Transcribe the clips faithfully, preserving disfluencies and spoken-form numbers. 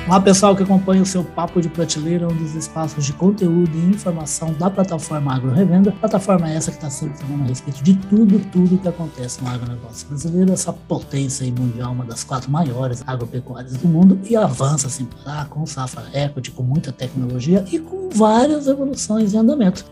Olá, pessoal que acompanha o seu Papo de Prateleira, um dos espaços de conteúdo e informação da plataforma Agro Revenda. Plataforma essa que está sempre falando a respeito de tudo, tudo que acontece no agronegócio brasileiro, essa potência mundial, uma das quatro maiores agropecuárias do mundo, e avança sem parar, com safra recorde, com muita tecnologia e com várias evoluções em andamento.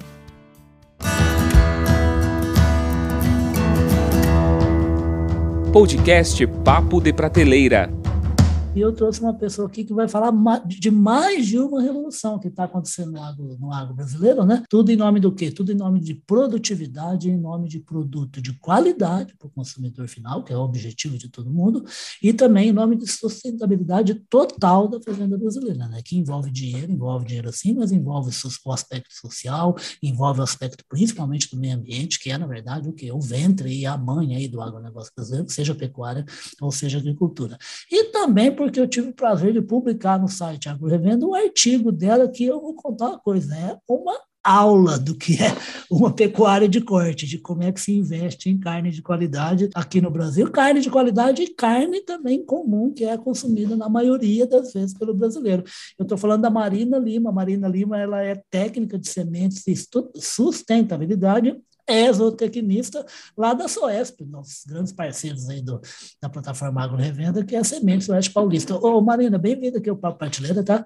Podcast Papo de Prateleira. E eu trouxe uma pessoa aqui que vai falar de mais de uma revolução que está acontecendo no agro, no agro brasileiro, né? Tudo em nome do quê? Tudo em nome de produtividade, em nome de produto de qualidade para o consumidor final, que é o objetivo de todo mundo, e também em nome de sustentabilidade total da fazenda brasileira, né? Que envolve dinheiro, envolve dinheiro sim, mas envolve o aspecto social, envolve o aspecto principalmente do meio ambiente, que é, na verdade, o quê? O ventre e a mãe aí do agronegócio brasileiro, seja pecuária ou seja agricultura. E também por porque eu tive o prazer de publicar no site Agro Revenda um artigo dela que eu vou contar uma coisa, é uma aula do que é uma pecuária de corte, de como é que se investe em carne de qualidade aqui no Brasil, carne de qualidade e carne também comum, que é consumida na maioria das vezes pelo brasileiro. Eu estou falando da Marina Lima. A Marina Lima, ela é técnica de sementes e sustentabilidade, é zootecnista lá da Soesp, nossos grandes parceiros aí do, da plataforma Agro Revenda, que é a Sementes Oeste Paulista. Ô, Marina, bem-vinda aqui ao Papo Prateleira, tá?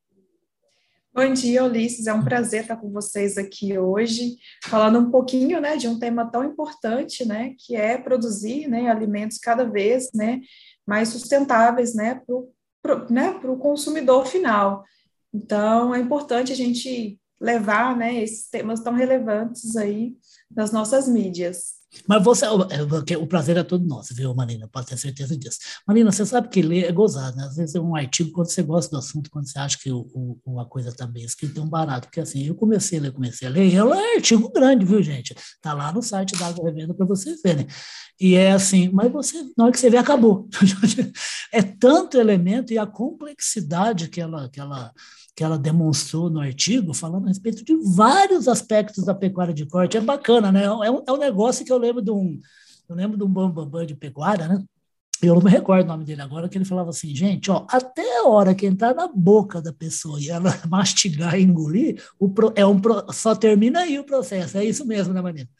Bom dia, Ulisses, é um prazer estar com vocês aqui hoje, falando um pouquinho, né, de um tema tão importante, né, que é produzir, né, alimentos cada vez, né, mais sustentáveis, né, para o pro, né, pro consumidor final. Então, é importante a gente levar, né, esses temas tão relevantes aí nas nossas mídias. Mas você, o prazer é todo nosso, viu, Marina? Pode ter certeza disso. Marina, você sabe que ler é gozado, né? Às vezes é um artigo, quando você gosta do assunto, quando você acha que o, o, uma coisa está bem escrita, é um barato. Porque assim, eu comecei a ler, comecei a ler, e ela é artigo grande, viu, gente? Está lá no site da Agro Revenda para vocês verem. E é assim, mas você, na hora que você vê, acabou. É tanto elemento e a complexidade que ela, que ela que ela demonstrou no artigo, falando a respeito de vários aspectos da pecuária de corte. É bacana, né? É um, é um negócio que eu lembro de um, eu lembro de um bambambam de pecuária, né? Eu não me recordo o nome dele agora, que ele falava assim, gente, ó, até a hora que entrar na boca da pessoa e ela mastigar e engolir, o pro, é um pro, só termina aí o processo. É isso mesmo, né, Marina?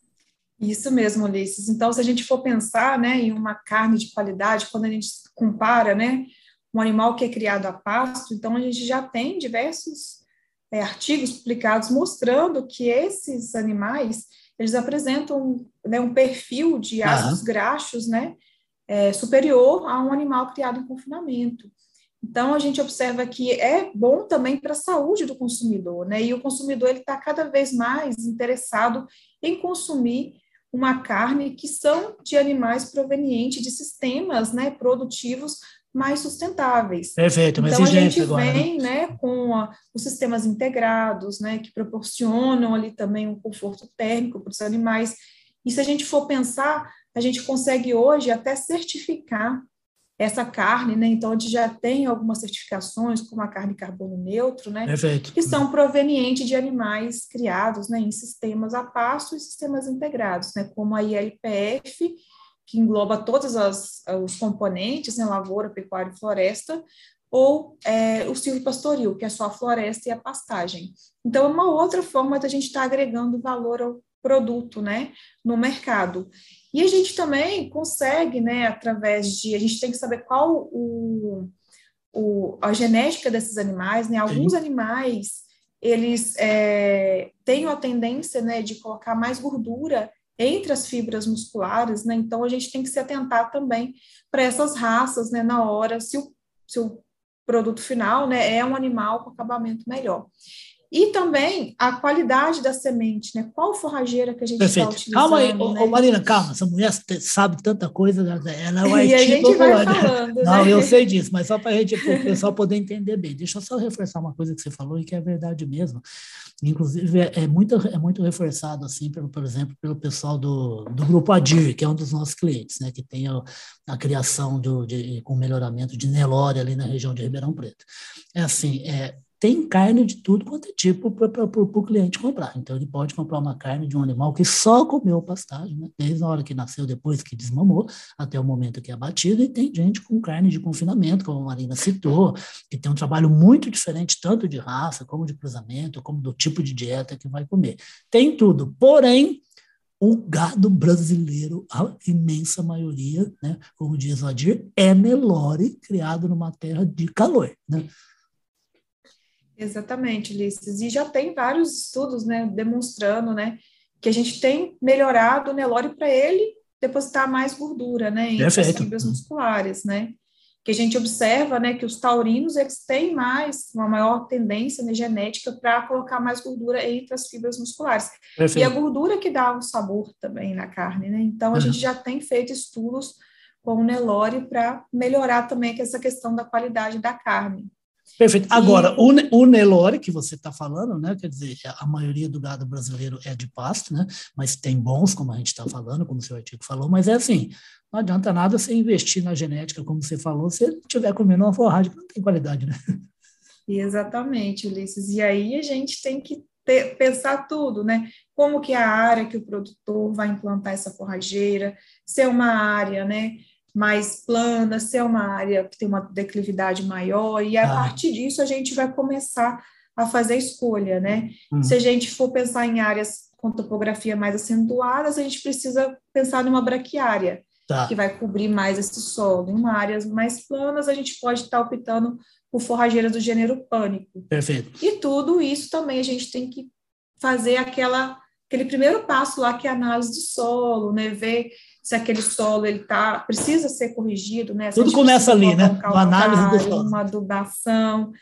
Isso mesmo, Ulisses. Então, se a gente for pensar, né, em uma carne de qualidade, quando a gente compara, né, um animal que é criado a pasto, então a gente já tem diversos é, artigos publicados mostrando que esses animais, eles apresentam, né, um perfil de ácidos uhum. graxos, né, é, superior a um animal criado em confinamento. Então, a gente observa que é bom também para a saúde do consumidor, né, e o consumidor está cada vez mais interessado em consumir uma carne que são de animais provenientes de sistemas, né, produtivos mais sustentáveis. Perfeito, mas então, a gente agora, vem né, com a, os sistemas integrados, né, que proporcionam ali também um conforto térmico para os animais. E se a gente for pensar, a gente consegue hoje até certificar essa carne, né? Então, a gente já tem algumas certificações, como a carne carbono neutro, né? Perfeito. Que são provenientes de animais criados, né, em sistemas a pasto e sistemas integrados, né? Como a I L P F, que engloba todos as, os componentes, né, lavoura, pecuária e floresta, ou é, o silvopastoril, que é só a floresta e a pastagem. Então, é uma outra forma da gente estar agregando valor ao produto, né, no mercado. E a gente também consegue, né, através de, a gente tem que saber qual o, o, a genética desses animais, né, alguns Sim. animais, eles é, têm a tendência, né, de colocar mais gordura entre as fibras musculares, né, então a gente tem que se atentar também para essas raças, né, na hora, se o, se o produto final, né, é um animal com acabamento melhor. E também a qualidade da semente, né? Qual forrageira que a gente está utilizando. Calma aí, né? ô, Marina, calma, essa mulher sabe tanta coisa, ela é o E a gente vai falando, Não, né? eu sei disso, mas só para a gente, o pessoal poder entender bem. Deixa eu só reforçar uma coisa que você falou e que é verdade mesmo. Inclusive, é, é, muito, é muito reforçado, assim, pelo, por exemplo, pelo pessoal do, do Grupo Adir, que é um dos nossos clientes, né? Que tem a, a criação do, de, com melhoramento de Nelore ali na região de Ribeirão Preto. É assim, é, tem carne de tudo quanto é tipo para o cliente comprar. Então, ele pode comprar uma carne de um animal que só comeu pastagem, né? Desde a hora que nasceu, depois que desmamou, até o momento que é abatido, e tem gente com carne de confinamento, como a Marina citou, que tem um trabalho muito diferente, tanto de raça, como de cruzamento, como do tipo de dieta que vai comer. Tem tudo, porém, o gado brasileiro, a imensa maioria, né, como diz o Adir, é Nelore, criado numa terra de calor, né? Exatamente, Ulisses. E já tem vários estudos, né, demonstrando, né, que a gente tem melhorado o Nelore para ele depositar mais gordura, né, entre Perfeito. as fibras musculares, né? Que a gente observa, né, que os taurinos, eles têm mais, uma maior tendência, né, genética para colocar mais gordura entre as fibras musculares. Perfeito. E a gordura que dá o sabor também na carne, né? Então, a uhum. gente já tem feito estudos com o Nelore para melhorar também essa questão da qualidade da carne. Perfeito. Agora, e... o, o Nelore que você está falando, né, quer dizer, a maioria do gado brasileiro é de pasto, né, mas tem bons, como a gente está falando, como o seu artigo falou, mas é assim, não adianta nada você investir na genética, como você falou, se ele estiver comendo uma forragem que não tem qualidade, né? Exatamente, Ulisses. E aí a gente tem que ter, pensar tudo, né? Como que é a área que o produtor vai implantar essa forrageira, se é uma área, né, mais plana, se é uma área que tem uma declividade maior, e a ah. partir disso a gente vai começar a fazer a escolha, né? Hum. Se a gente for pensar em áreas com topografia mais acentuadas, a gente precisa pensar numa braquiária, tá. que vai cobrir mais esse solo. Em uma áreas mais planas, a gente pode estar optando por forrageiras do gênero pânico. Perfeito. E tudo isso também a gente tem que fazer aquela, aquele primeiro passo lá, que é a análise do solo, né? Ver se aquele solo ele tá, precisa ser corrigido, né? Tudo começa ali, né? Um Na análise do solo. Uma adubação.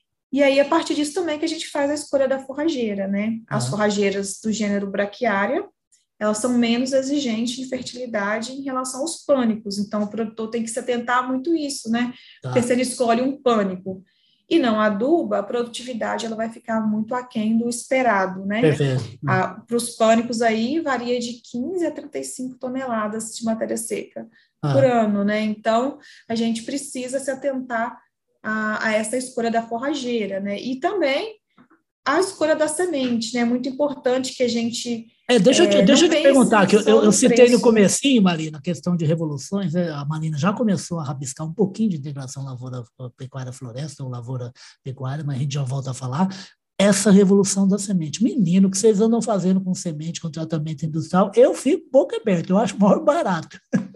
E aí, a partir disso também que a gente faz a escolha da forrageira, né? As ah. forrageiras do gênero braquiária, elas são menos exigentes de fertilidade em relação aos pânicos. Então, o produtor tem que se atentar muito isso, né? Tá. Porque se ele escolhe um pânico e não aduba, a produtividade ela vai ficar muito aquém do esperado, né? Para os pânicos aí, varia de quinze a trinta e cinco toneladas de matéria seca ah. por ano, né? Então, a gente precisa se atentar a, a essa escolha da forrageira, né? E também a escolha da semente, né? É muito importante que a gente... É, deixa eu te, é, deixa eu te perguntar, que eu, eu, eu citei preço. No comecinho, Marina, a questão de revoluções, né? A Marina já começou a rabiscar um pouquinho de integração lavoura-pecuária-floresta ou lavoura-pecuária, mas a gente já volta a falar. Essa revolução da semente. Menino, o que vocês andam fazendo com semente, com tratamento industrial, eu fico boca aberta, eu acho maior barato.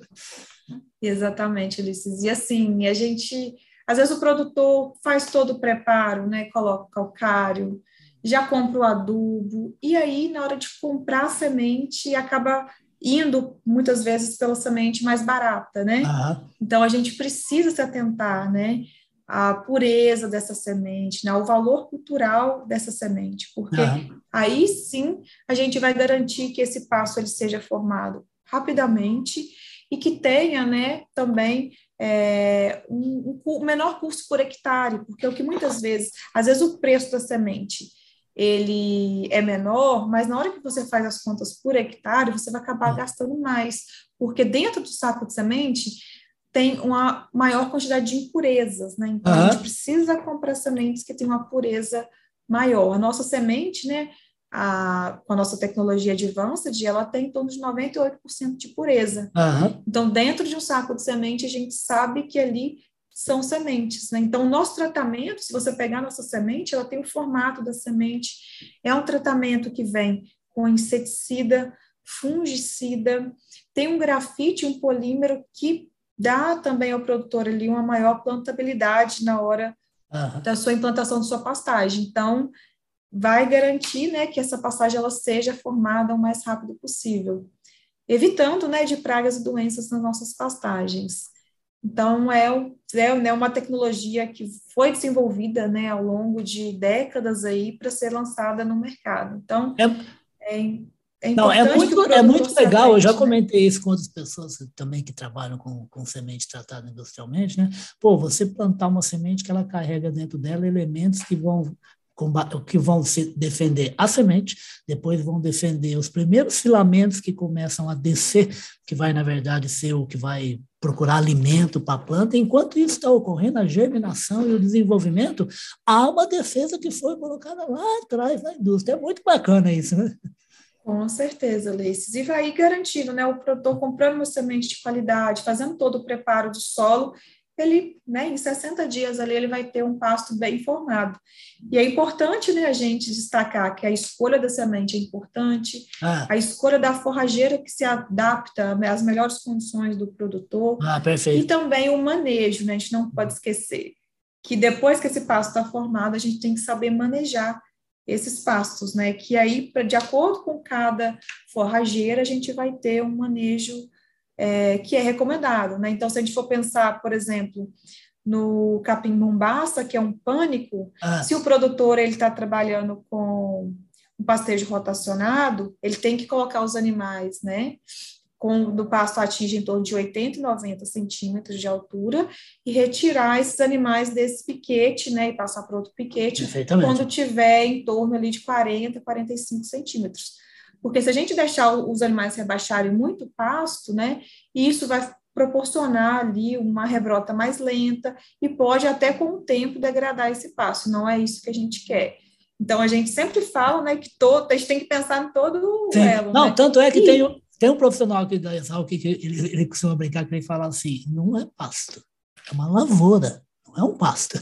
Exatamente, Ulisses. E assim, a gente... Às vezes o produtor faz todo o preparo, né? Coloca o calcário, já compra o adubo, e aí, na hora de comprar a semente, acaba indo, muitas vezes, pela semente mais barata, né? Uhum. Então, a gente precisa se atentar, né? À pureza dessa semente, né? Ao valor cultural dessa semente, porque uhum. aí, sim, a gente vai garantir que esse passo ele seja formado rapidamente e que tenha, né, também é, um, um menor custo por hectare, porque é o que muitas vezes, às vezes o preço da semente ele é menor, mas na hora que você faz as contas por hectare, você vai acabar uhum. gastando mais, porque dentro do saco de semente tem uma maior quantidade de impurezas, né? Então, uhum. a gente precisa comprar sementes que têm uma pureza maior. A nossa semente, né, a, com a nossa tecnologia Advanced, ela tem em torno de noventa e oito por cento de pureza. Uhum. Então, dentro de um saco de semente, a gente sabe que ali são sementes, né? Então, o nosso tratamento, se você pegar a nossa semente, ela tem o formato da semente, é um tratamento que vem com inseticida, fungicida, tem um grafite, um polímero que dá também ao produtor ali uma maior plantabilidade na hora uhum. da sua implantação de sua pastagem. Então, vai garantir, né, que essa pastagem ela seja formada o mais rápido possível, evitando, né, de pragas e doenças nas nossas pastagens. Então, é, é né, uma tecnologia que foi desenvolvida, né, ao longo de décadas aí para ser lançada no mercado. Então, é, é, é Não, é muito, é muito legal, atente, eu já comentei né? isso com outras pessoas também que trabalham com, com semente tratada industrialmente, né? Pô, você plantar uma semente que ela carrega dentro dela elementos que vão... que vão se defender a semente, depois vão defender os primeiros filamentos que começam a descer, que vai, na verdade, ser o que vai procurar alimento para a planta. Enquanto isso está ocorrendo, a germinação e o desenvolvimento, há uma defesa que foi colocada lá atrás na indústria. É muito bacana isso, né? Com certeza, Ulisses. E vai garantindo, né, o produtor comprando uma semente de qualidade, fazendo todo o preparo do solo, ele, né, em sessenta dias ali, ele vai ter um pasto bem formado. E é importante, né, a gente destacar que a escolha da semente é importante, Ah, a escolha da forrageira que se adapta às melhores condições do produtor, ah, e perfeito. também o manejo, né, a gente não pode esquecer que depois que esse pasto está formado, a gente tem que saber manejar esses pastos, né, que aí, de acordo com cada forrageira, a gente vai ter um manejo É, que é recomendado, né? Então, se a gente for pensar, por exemplo, no capim bombaça, que é um pânico, Ah, se o produtor ele está trabalhando com um pastejo rotacionado, ele tem que colocar os animais, né? Quando o pasto atinge em torno de oitenta e noventa centímetros de altura, e retirar esses animais desse piquete, né? E passar para outro piquete, quando perfeitamente. tiver em torno ali de quarenta, quarenta e cinco centímetros. Porque se a gente deixar os animais rebaixarem muito pasto, né, isso vai proporcionar ali uma rebrota mais lenta e pode até com o tempo degradar esse pasto. Não é isso que a gente quer. Então, a gente sempre fala, né, que todo, a gente tem que pensar em todo o Sim. elo, Não, né? tanto é que tem, E um- tem um profissional aqui da Exalc que ele, ele costuma brincar que ele fala assim, não é pasto, é uma lavoura, não é um pasto.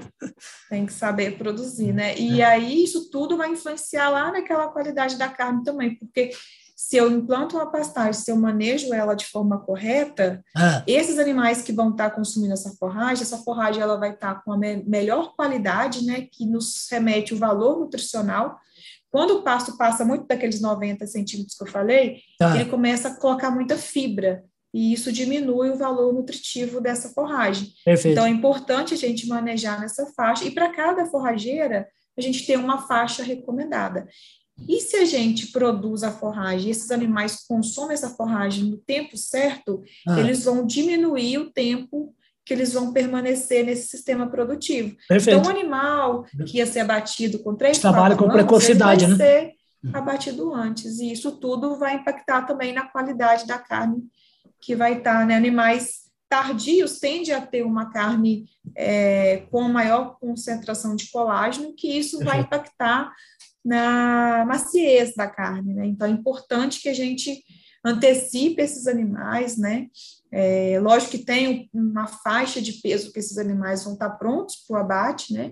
tem que saber produzir, né? E aí isso tudo vai influenciar lá naquela qualidade da carne também, porque se eu implanto uma pastagem, se eu manejo ela de forma correta, Ah, esses animais que vão estar consumindo essa forragem, essa forragem ela vai estar com a me melhor qualidade, né? Que nos remete o valor nutricional. Quando o pasto passa muito daqueles noventa centímetros que eu falei, ele tá, começa a colocar muita fibra, e isso diminui o valor nutritivo dessa forragem. Então, é perfeito. importante a gente manejar nessa faixa, e para cada forrageira, a gente tem uma faixa recomendada. E se a gente produz a forragem, e esses animais consomem essa forragem no tempo certo, Ah, eles vão diminuir o tempo que eles vão permanecer nesse sistema produtivo. Então, o perfeito. animal que ia ser abatido com Eles três, trabalham quatro com anos, ele vai precocidade, né? ser abatido antes, e isso tudo vai impactar também na qualidade da carne que vai estar, né? Animais tardios tendem a ter uma carne é, com maior concentração de colágeno, que isso vai Perfeito. impactar na maciez da carne, né? Então, é importante que a gente antecipe esses animais, né? É, lógico que tem uma faixa de peso que esses animais vão estar prontos para o abate, né?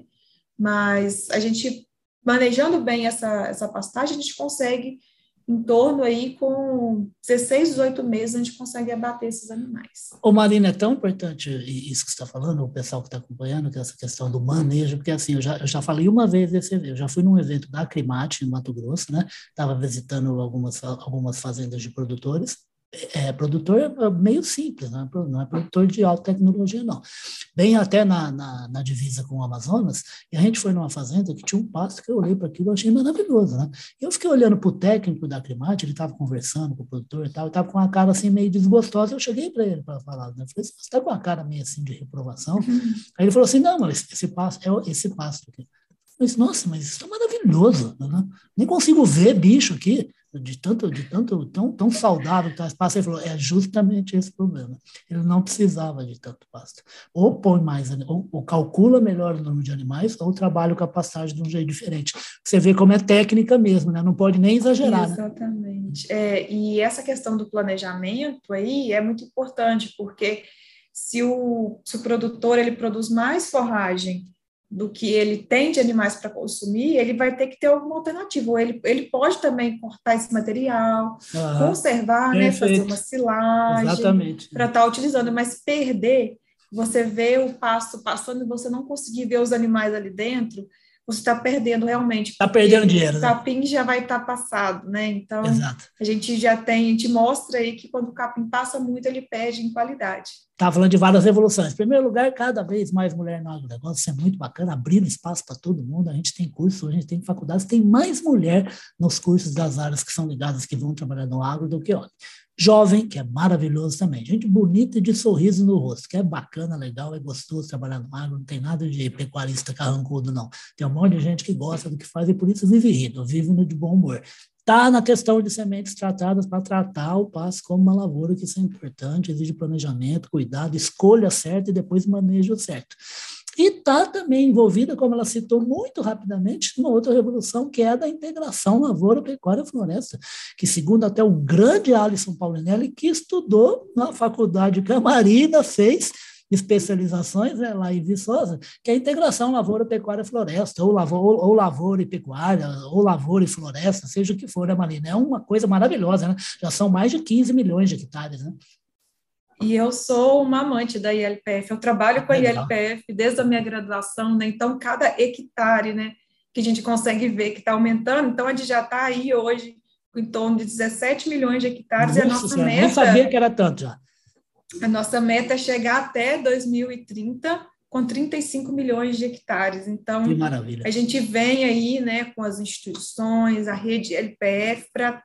Mas a gente, manejando bem essa, essa pastagem, a gente consegue, em torno aí, com dezesseis, dezoito meses, a gente consegue abater esses animais. Ô, Marina, é tão importante isso que você está falando, o pessoal que está acompanhando, que é essa questão do manejo, porque assim, eu já, eu já falei uma vez desse evento, eu já fui num evento da Acrimate, em Mato Grosso, né? Estava visitando algumas, algumas fazendas de produtores, é, produtor meio simples, né? Não é produtor de alta tecnologia, não. Bem até na, na, na divisa com o Amazonas, e a gente foi numa fazenda que tinha um pasto que eu olhei para aquilo e achei maravilhoso, né? E eu fiquei olhando para o técnico da Acrimate, ele estava conversando com o produtor e tal, estava com uma cara assim meio desgostosa, eu cheguei para ele para falar, né? Eu falei, você está com uma cara meio assim de reprovação? Aí ele falou assim, não, mas esse pasto, é esse pasto aqui. Eu disse, nossa, mas isso é maravilhoso, né? Nem consigo ver bicho aqui, de tanto, de tanto, tão, tão saudável que está esse pasto. Ele falou, é justamente esse problema. Ele não precisava de tanto pasto. Ou põe mais, ou, ou calcula melhor o número de animais, ou trabalha com a pastagem de um jeito diferente. Você vê como é técnica mesmo, né? Não pode nem exagerar, né? Exatamente. É, e essa questão do planejamento aí é muito importante, porque se o, se o produtor ele produz mais forragem do que ele tem de animais para consumir, ele vai ter que ter alguma alternativa. Ou ele, ele pode também cortar esse material, Aham, conservar, né, fazer uma perfeito. silagem Exatamente. para estar utilizando, mas perder, você vê o pasto passando e você não conseguir ver os animais ali dentro, você está perdendo realmente, Está perdendo porque o dinheiro, né? capim já vai estar passado, né? Então, Exato. a gente já tem, a gente mostra aí que quando o capim passa muito, ele perde em qualidade. Estava falando de várias revoluções. Em primeiro lugar, cada vez mais mulher no agronegócio, isso é muito bacana, abrindo espaço para todo mundo. A gente tem curso, a gente tem faculdades, tem mais mulher nos cursos das áreas que são ligadas, que vão trabalhar no agro, do que homem. Jovem, que é maravilhoso também. Gente bonita e de sorriso no rosto, que é bacana, legal, é gostoso trabalhar no agro, não tem nada de pecuarista carrancudo, não. Tem um monte de gente que gosta do que faz e por isso vive rindo, vive no de bom humor. está na questão de sementes tratadas para tratar o pasto como uma lavoura, que isso é importante, exige planejamento, cuidado, escolha certa e depois manejo certo. E está também envolvida, como ela citou muito rapidamente, numa outra revolução, que é a da integração lavoura, pecuária e floresta, que segundo até o grande Alisson Paulinelli, que estudou na faculdade que a Marina fez, especializações, né, lá em Viçosa, que é a integração lavoura, pecuária e floresta, ou lavoura, ou, ou lavoura e pecuária, ou lavoura e floresta, seja o que for, né, Marina? É uma coisa maravilhosa, né? Já são mais de quinze milhões de hectares, né? E eu sou uma amante da I L P F, eu trabalho com a Legal. I L P F desde a minha graduação, né? Então, cada hectare, né, que a gente consegue ver que está aumentando, então a gente já está aí hoje em torno de dezessete milhões de hectares, Nossa e a nossa senhora, meta... nem sabia que era tanto já. A nossa meta é chegar até dois mil e trinta com trinta e cinco milhões de hectares. Então, que maravilha. A gente vem aí, né, com as instituições, a rede L P F, para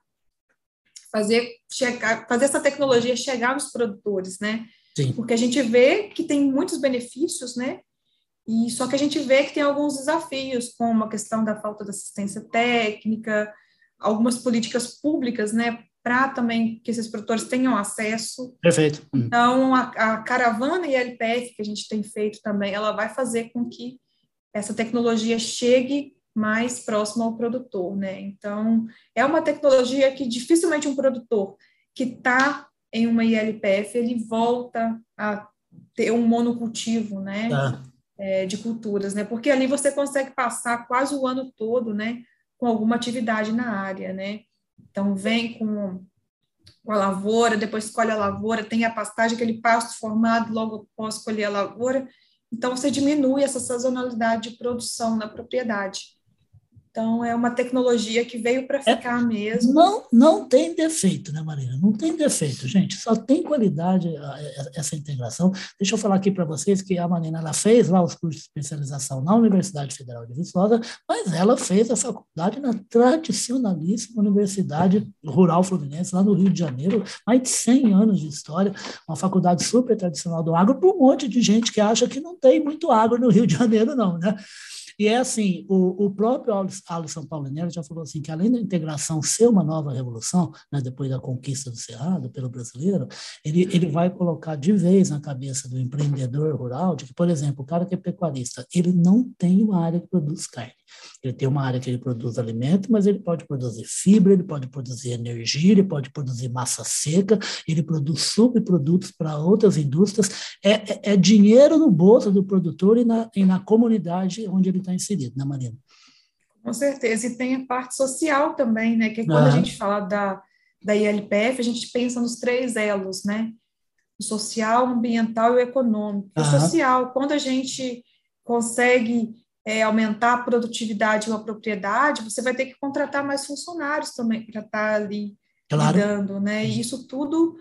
fazer, chegar, fazer essa tecnologia chegar nos produtores, né? Sim. Porque a gente vê que tem muitos benefícios, né? E só que a gente vê que tem alguns desafios, como a questão da falta de assistência técnica, algumas políticas públicas, né, para também que esses produtores tenham acesso. Perfeito. Então, a, a caravana I L P F que a gente tem feito também, ela vai fazer com que essa tecnologia chegue mais próximo ao produtor, né? Então, é uma tecnologia que dificilmente um produtor que está em uma I L P F, ele volta a ter um monocultivo, né? Tá. É, de culturas, né? Porque ali você consegue passar quase o ano todo, né, com alguma atividade na área, né? Então, vem com, com a lavoura, depois colhe a lavoura, tem a pastagem, aquele pasto formado logo após colher a lavoura. Então, você diminui essa sazonalidade de produção na propriedade. Então, é uma tecnologia que veio para ficar é, mesmo. Não, não tem defeito, né, Marina? Não tem defeito, gente. Só tem qualidade essa integração. Deixa eu falar aqui para vocês que a Marina ela fez lá os cursos de especialização na Universidade Federal de Viçosa, mas ela fez a faculdade na tradicionalíssima Universidade Rural Fluminense, lá no Rio de Janeiro, mais de cem anos de história, uma faculdade super tradicional do agro, para um monte de gente que acha que não tem muito agro no Rio de Janeiro, não, né? E é assim, o, o próprio Alisson Paulinelli já falou assim, que além da integração ser uma nova revolução, né, depois da conquista do Cerrado pelo brasileiro, ele, ele vai colocar de vez na cabeça do empreendedor rural, de que, por exemplo, o cara que é pecuarista, ele não tem uma área que produz carne. Ele tem uma área que ele produz alimento, mas ele pode produzir fibra, ele pode produzir energia, ele pode produzir massa seca, ele produz subprodutos para outras indústrias. É, é, é dinheiro no bolso do produtor e na, e na comunidade onde ele está inserido, né, Marina? Com certeza, e tem a parte social também, né, que é quando ah. a gente fala da, da I L P F, a gente pensa nos três elos, né, o social, o ambiental e o econômico. Ah. O social, quando a gente consegue é, aumentar a produtividade de uma propriedade, você vai ter que contratar mais funcionários também para estar ali claro. lidando, né, e isso tudo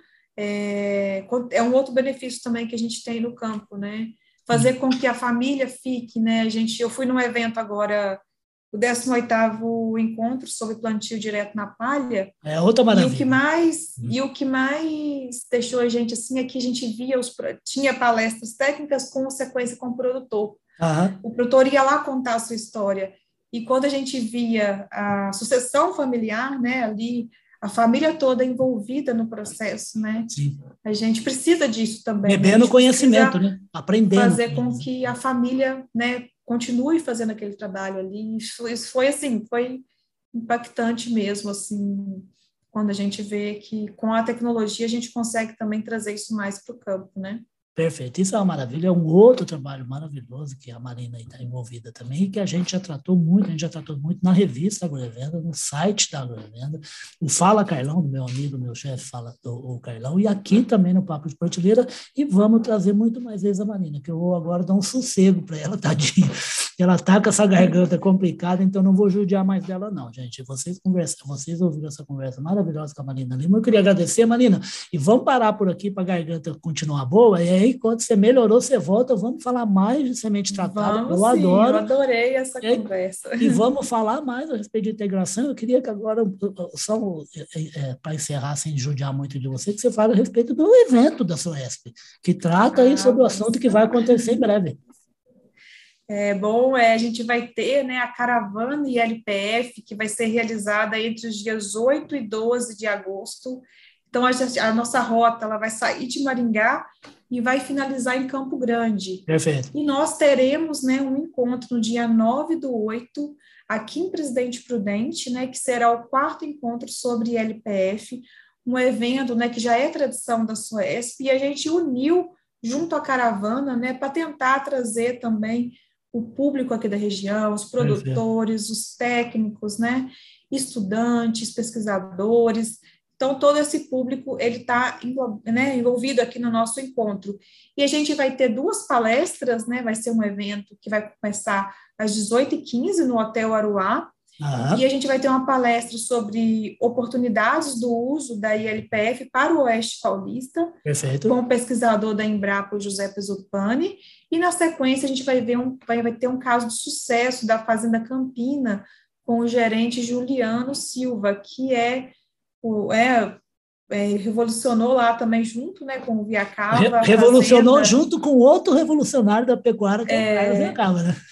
é, é um outro benefício também que a gente tem no campo, né, fazer com que a família fique, né, a gente, eu fui num evento agora, o décimo oitavo encontro sobre plantio direto na palha, é outra maravilha. E o que mais, hum. e o que mais deixou a gente assim é que a gente via, os, tinha palestras técnicas com sequência com o produtor. Aham. O produtor ia lá contar a sua história, e quando a gente via a sucessão familiar, né, ali, a família toda envolvida no processo, né? Sim. A gente precisa disso também. Bebendo conhecimento, né? Aprendendo. Fazer com que a família, né, continue fazendo aquele trabalho ali. Isso, isso foi assim, foi impactante mesmo, assim, quando a gente vê que com a tecnologia a gente consegue também trazer isso mais para o campo, né? Perfeito, isso é uma maravilha, é um outro trabalho maravilhoso que a Marina está envolvida também, e que a gente já tratou muito, a gente já tratou muito na revista Agrovenda, no site da Agrovenda, o Fala Carlão, do meu amigo, meu chefe, Fala o, o Carlão, e aqui também no Papo de Prateleira, e vamos trazer muito mais vezes a Marina, que eu vou agora dar um sossego para ela, tadinha, ela está com essa garganta complicada, então não vou judiar mais dela não, gente, vocês conversam, vocês ouviram essa conversa maravilhosa com a Marina Lima, eu queria agradecer, Marina, e vamos parar por aqui para a garganta continuar boa, e aí, quando você melhorou, você volta, vamos falar mais de semente tratada, vamos, eu sim, adoro. Eu adorei essa e, conversa. E vamos falar mais a respeito de integração. Eu queria que agora, só é, é, para encerrar, sem judiar muito de você, que você fale a respeito do evento da SOESP, que trata ah, aí sobre o assunto que vai acontecer em breve. É bom, é, a gente vai ter, né, a caravana I L P F, que vai ser realizada entre os dias oito e doze de agosto. Então, a, a nossa rota ela vai sair de Maringá e vai finalizar em Campo Grande. Perfeito. E nós teremos, né, um encontro no dia nove do oito, aqui em Presidente Prudente, né, que será o quarto encontro sobre I L P F, um evento, né, que já é tradição da SOESP, e a gente uniu junto à caravana, né, para tentar trazer também o público aqui da região, os produtores, Perfeito. Os técnicos, né, estudantes, pesquisadores. Então, todo esse público ele está né, envolvido aqui no nosso encontro. E a gente vai ter duas palestras, né, vai ser um evento que vai começar às dezoito e quinze no Hotel Aruá, uhum. E a gente vai ter uma palestra sobre oportunidades do uso da I L P F para o Oeste Paulista, Perfeito. Com o pesquisador da Embrapa, José Pezzopani, e na sequência a gente vai, ver um, vai, vai ter um caso de sucesso da Fazenda Campina com o gerente Juliano Silva, que é O, é, é, revolucionou lá também junto, né, com o Viacava. Re, revolucionou fazenda. Junto com outro revolucionário da pecuária, que é, é o Carlos Viacava, né?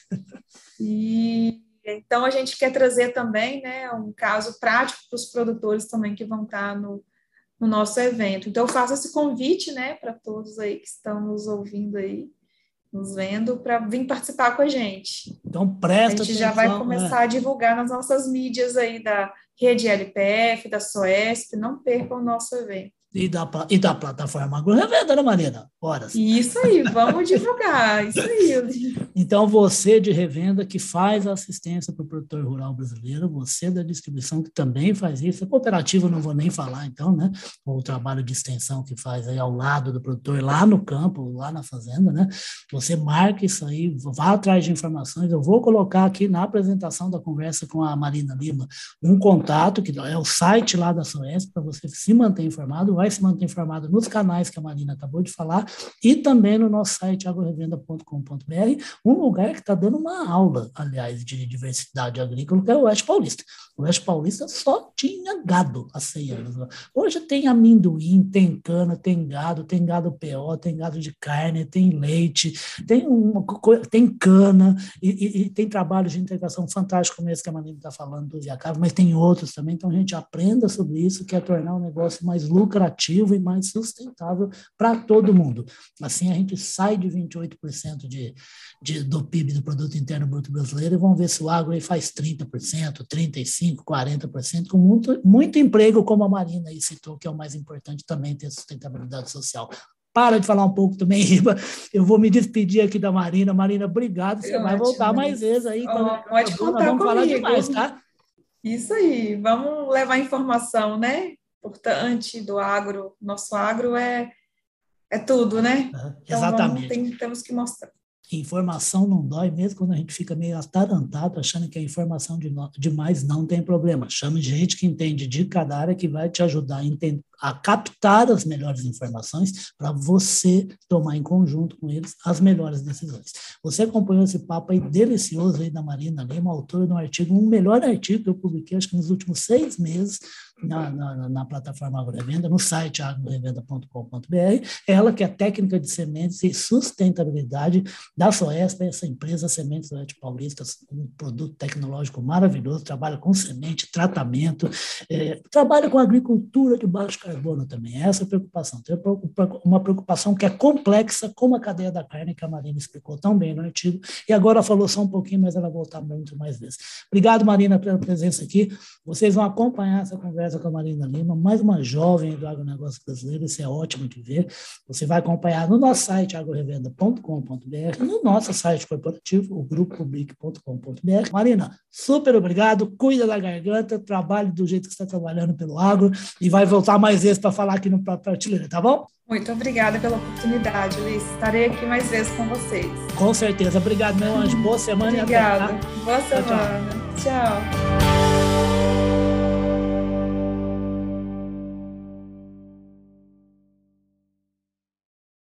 E então a gente quer trazer também, né, um caso prático para os produtores também que vão estar no, no nosso evento. Então eu faço esse convite, né, para todos aí que estão nos ouvindo aí, nos vendo, para vir participar com a gente. Então presta atenção. A gente já vai começar é. a divulgar nas nossas mídias aí da Rede L P F, da SOESP, não percam o nosso evento. E da, e da plataforma AgroRevenda, né, Marina? Horas. Isso aí, vamos divulgar, isso aí. Então, você de revenda que faz a assistência para o produtor rural brasileiro, você da distribuição que também faz isso, a cooperativa não vou nem falar, então, né? O trabalho de extensão que faz aí ao lado do produtor, lá no campo, lá na fazenda, né? Você marca isso aí, vá atrás de informações, eu vou colocar aqui na apresentação da conversa com a Marina Lima um contato, que é o site lá da SOESP, para você se manter informado, vai se manter informado nos canais que a Marina acabou de falar e também no nosso site agro revenda ponto com ponto b r, um lugar que está dando uma aula, aliás, de diversidade agrícola, que é o Oeste Paulista. O Oeste Paulista só tinha gado há cem anos. Hoje tem amendoim, tem cana, tem gado, tem gado P O, tem gado de carne, tem leite, tem, uma, tem cana e, e, e tem trabalhos de integração fantásticos como esse que a Marina está falando do Viacava, mas tem outros também. Então a gente aprenda sobre isso, que é tornar o negócio mais lucrativo e mais sustentável para todo mundo. Assim a gente sai de vinte e oito por cento de, de, do P I B, do Produto Interno Bruto Brasileiro, e vamos ver se o agro aí faz trinta por cento, trinta e cinco por cento, quarenta por cento, com muito, muito emprego, como a Marina aí citou, que é o mais importante também, ter sustentabilidade social. Para de falar um pouco também, Riba. Eu vou me despedir aqui da Marina. Marina, obrigado. Você é vai ótimo, voltar mais vezes aí. Oh, pode contar vamos comigo. falar demais, tá? Isso aí. Vamos levar informação, né? Importante do agro. Nosso agro é, é tudo, né? Uhum, então, exatamente. Vamos, tem, temos que mostrar. Informação não dói, mesmo quando a gente fica meio atarantado, achando que a informação de no, demais não tem problema. Chame gente que entende de cada área, que vai te ajudar a, entender, a captar as melhores informações para você tomar em conjunto com eles as melhores decisões. Você acompanhou esse papo aí delicioso aí da Marina Lima, autora de um artigo, um melhor artigo que eu publiquei, acho que nos últimos seis meses, na, na, na plataforma AgroRevenda, no site agro revenda ponto com ponto b r. Ela que é técnica de sementes e sustentabilidade da SOESP, essa empresa Sementes do Oeste Paulista, um produto tecnológico maravilhoso, trabalha com semente, tratamento, é, trabalha com agricultura de baixo carbono também. Essa é a preocupação. Tem uma preocupação que é complexa, como a cadeia da carne, que a Marina explicou tão bem no artigo, e agora falou só um pouquinho, mas ela vai voltar muito mais vezes. Obrigado, Marina, pela presença aqui. Vocês vão acompanhar essa conversa com a Marina Lima, mais uma jovem do agronegócio brasileiro, isso é ótimo de ver. Você vai acompanhar no nosso site agro revenda ponto com ponto b r, no nosso site corporativo, o grupo public ponto com ponto b r. Marina, super obrigado, cuida da garganta, trabalhe do jeito que você está trabalhando pelo agro e vai voltar mais vezes para falar aqui no Prateleira, tá bom? Muito obrigada pela oportunidade, Luiz. Estarei aqui mais vezes com vocês. Com certeza. Obrigado, meu anjo. Boa semana. Obrigada. E até, tá? Boa semana. Tchau, tchau. tchau.